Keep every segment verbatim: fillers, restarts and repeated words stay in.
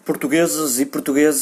Portugueses e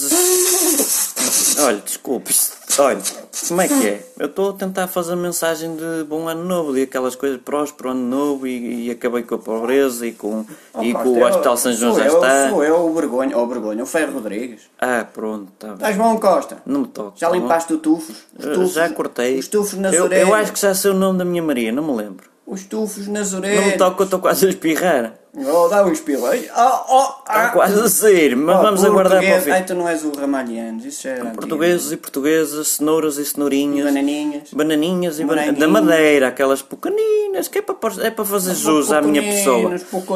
portugueses... Olha, desculpe, olha, como é que é? Eu estou a tentar fazer mensagem de bom ano novo, de aquelas coisas próspero ano novo e, e acabei com a pobreza e com, oh, e Costa, com o Hospital São João já eu, está. Sou eu, o Vergonha, oh, Vergonha, o Ferro Rodrigues. Ah, pronto, está bem. Estás bom, Costa? Não me toques. Já limpaste o tufos? Os tufos? Já cortei. Os tufos nas eu, orelhas? Eu acho que já sei o nome da minha Maria, não me lembro. Os tufos nas orelhas? Não me toque, eu estou quase a espirrar. Oh, dá um espirro. Oh, oh, ah. Estou quase a sair, mas oh, vamos aguardar para o fim. Ai, tu não és o Ramalhianos, isso já era Portugueses antigo. E portuguesas, cenouras e cenourinhas. E bananinhas. Bananinhas e bananinhas. Da Madeira, aquelas pequeninas, que é para, é para fazer jus à minha pessoa.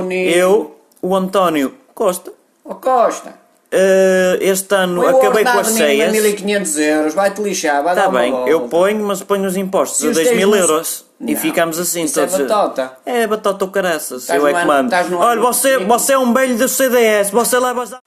Eu, o António Costa. Oh, Costa. Uh, este ano Foi acabei com as ceias. mil e quinhentos euros, vai-te lixar, vai tá dar uma bem, volta. eu ponho, mas ponho os impostos a dois mil euros. Não, e ficamos assim isso todos. É batota. É batota ou caraças, eu é que mando. Olha, você, você é um velho do C D S, você leva as...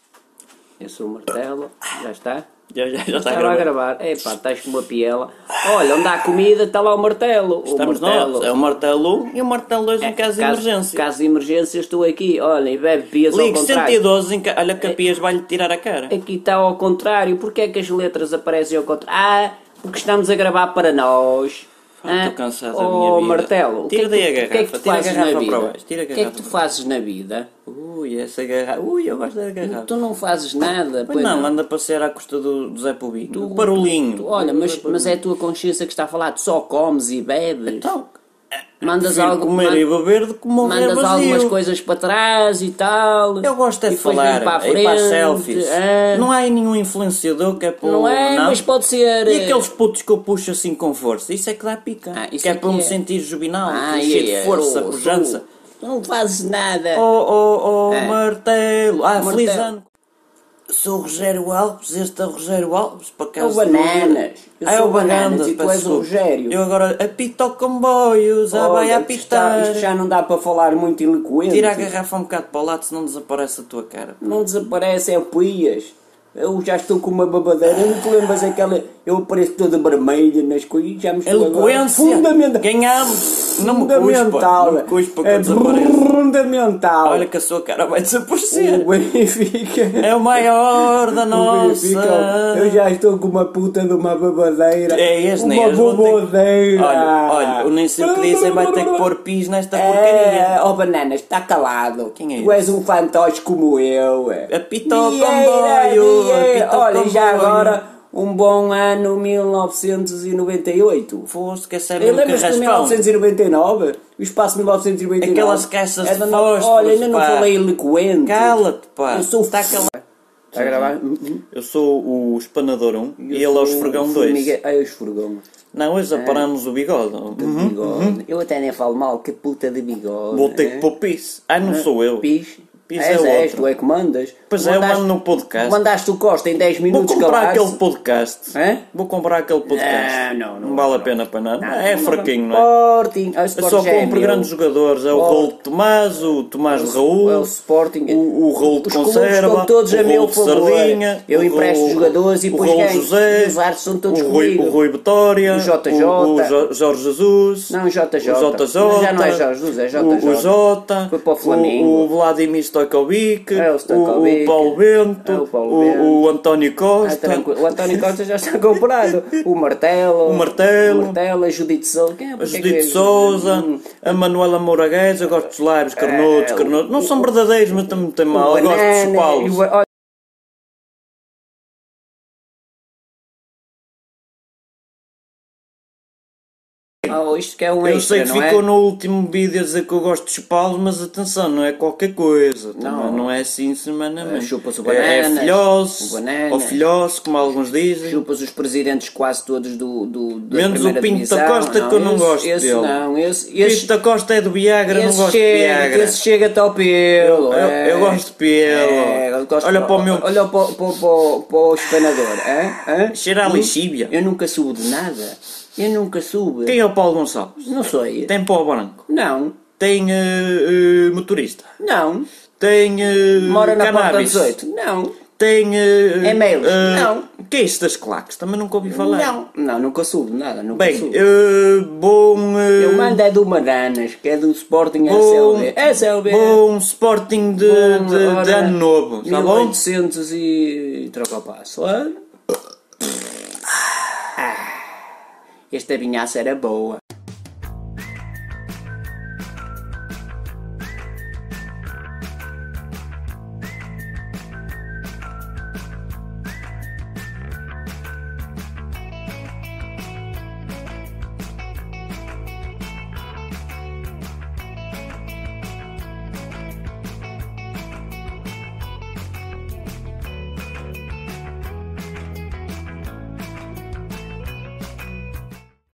Eu sou o Martelo, já está? Já, já, já está a gravar. a gravar. Epá, estás com uma piela. Olha, onde há comida está lá o martelo. Estamos o martelo. Nós, é o martelo um e o martelo dois em caso de emergência. Caso de emergência estou aqui, olha, e bebe pias ao contrário. Ligue cento e doze, em ca... olha que a pias vai-lhe tirar a cara. Aqui está ao contrário, porque é que as letras aparecem ao contrário? Ah, porque estamos a gravar para nós. Estou cansado da oh, minha vida. Martelo, tira daí a garrafa, o que é que tu tira a fazes garrafa na vida? para baixo. Tira a garrafa. O que é que tu fazes na vida? Ui, essa garrafa. Ui, eu gosto da garrafa. Tu não fazes nada. Pois não, anda a passear à custa do, do Zé Pobito. O parolinho. Tu, olha, mas, mas é a tua consciência que está a falar. Tu só comes e bebes. Então, mandas algo, comer man, e beber de como mandas vazio. Algumas coisas para trás e tal. Eu gosto é de falar, para, frente, para selfies. É. Não há aí nenhum influenciador que é para... Não é, não. Mas pode ser... E aqueles putos que eu puxo assim com força, isso é que dá pica. Ah, isso que é, é para que me é. sentir juvenal, ah, cheio é, de força, pujança. Tu não fazes nada. Oh, oh, oh, é. Martelo. Ah, martelo. Feliz ano. Sou o Rogério Alves, este é o Rogério Alves, para cá. É o Bananas. Ah, é o Bananas e tu és o Rogério. Eu agora apito o comboio, já oh, vai apitar. Isto, isto já não dá para falar muito eloquente. Tira a garrafa um bocado para o lado, senão desaparece a tua cara. Não desaparece, é o Pias. Eu já estou com uma babadeira, não te lembras aquela... Eu apareço toda vermelha nas coisas, já me estou eloquência, fundamental. Ganhamos. Não me fundamental. Não me cuspa que é fundamental. Olha que a sua cara vai desaparecer. O Benfica é o maior da nossa. Benfica, eu já estou com uma puta de uma babadeira. É este, uma nem babadeira. Olha, olha, eu nem sei o que dizem, vai ter que pôr pis nesta é, porcaria. Oh Bananas, está calado. Quem é tu és um fantoche como eu. Apita o comboio. Olha, já agora, um bom ano mil novecentos e noventa e oito. Foste, que sabe no Lembras-te de mil novecentos e noventa e nove? O espaço mil novecentos e noventa e nove? Aquelas caixas de fósforos, olha, ainda não falei eloquente. Cala-te, pá. Eu sou... Está calado. Está a gravar? Eu sou o Espanador um e ele é o Esfregão dois. Ah, é o Esfregão. Não, hoje aparamos o bigode. O bigode. Uhum. Eu até nem falo mal, que puta de bigode. Vou ter que pôr pis. Ah, não sou eu. Pis? Pis és, é és, tu é que mandas. Pois é, eu mando no podcast. Mandaste o Costa em dez minutos. Vou comprar aquele podcast. É? Vou comprar aquele podcast. Não, não, não. Não vale a pena para nada. Não, é não, fraquinho, não, não é? Sporting. Ah, eu só compro grandes jogadores. É o Raul de Tomás, o Tomás de Raul. É o Sporting. O, o Raul de Conserva. Todos o a meu de favor. Sardinha. Eu empresto os jogadores e depois ganho. José. Os artes são todos o Rui, comigo. O Rui Vitória. O J J. O, o Jorge Jesus. Não, o J J. O J J. Já não é Jorge Jesus, é J J. O, o Jota. Foi para o Flamengo. O, o Vladimir Stojkovic. É o Stojkovic. O Paulo Bento. É o, Paulo o, Bento. o António Costa. Ah, o António Costa já está comprado. O Martelo. O Martelo. O Martelo, a Judite Souza. Quem é? A Judite Souza. A Manuela Moura Guedes. Eu gosto dos lábios carnudos, carnudos. Não são verdadeiros, mas também tem mal. Eu gosto de chupá-los. Oh, isto que é um eu extra, sei que não ficou é? no último vídeo a dizer que eu gosto de chupá-los, mas atenção, não é qualquer coisa. Não, não é assim semanalmente. Chupas o bananas, é filhose, ou filhose, como alguns dizem. Chupas os presidentes quase todos do, do da menos o Pinto divisão. da Costa, não, que eu não esse, gosto esse dele. Não, esse, Pinto esse, da Costa é do Viagra, não gosto chega, de Viagra. Esse chega até ao pelo. Eu, eu, é, eu gosto de pelo. É, gosto, olha para o meu... Olha para, para, para, para o espanador. É? Cheira a lixívia. Eu nunca subo de nada. Eu nunca soube. Quem é o Paulo Gonçalves? Não sei. Tem pó branco? Não. Tem uh, uh, motorista? Não. Tem uh, Mora na cannabis? Porta dezoito? Não. tem... Uh, E-mails? Uh, Não. O que é isso das claques? Também nunca ouvi falar. Não, não, nunca soube nada, nunca Bem, soube. uh, bom... Uh, Eu mando é do Maranas, que é do Sporting bom, S L B. S L B. Bom Sporting de, Bom, de, de ora, ano novo, tá mil e bom? oitocentos e troca o passo. Ah, esta vinhaça era boa.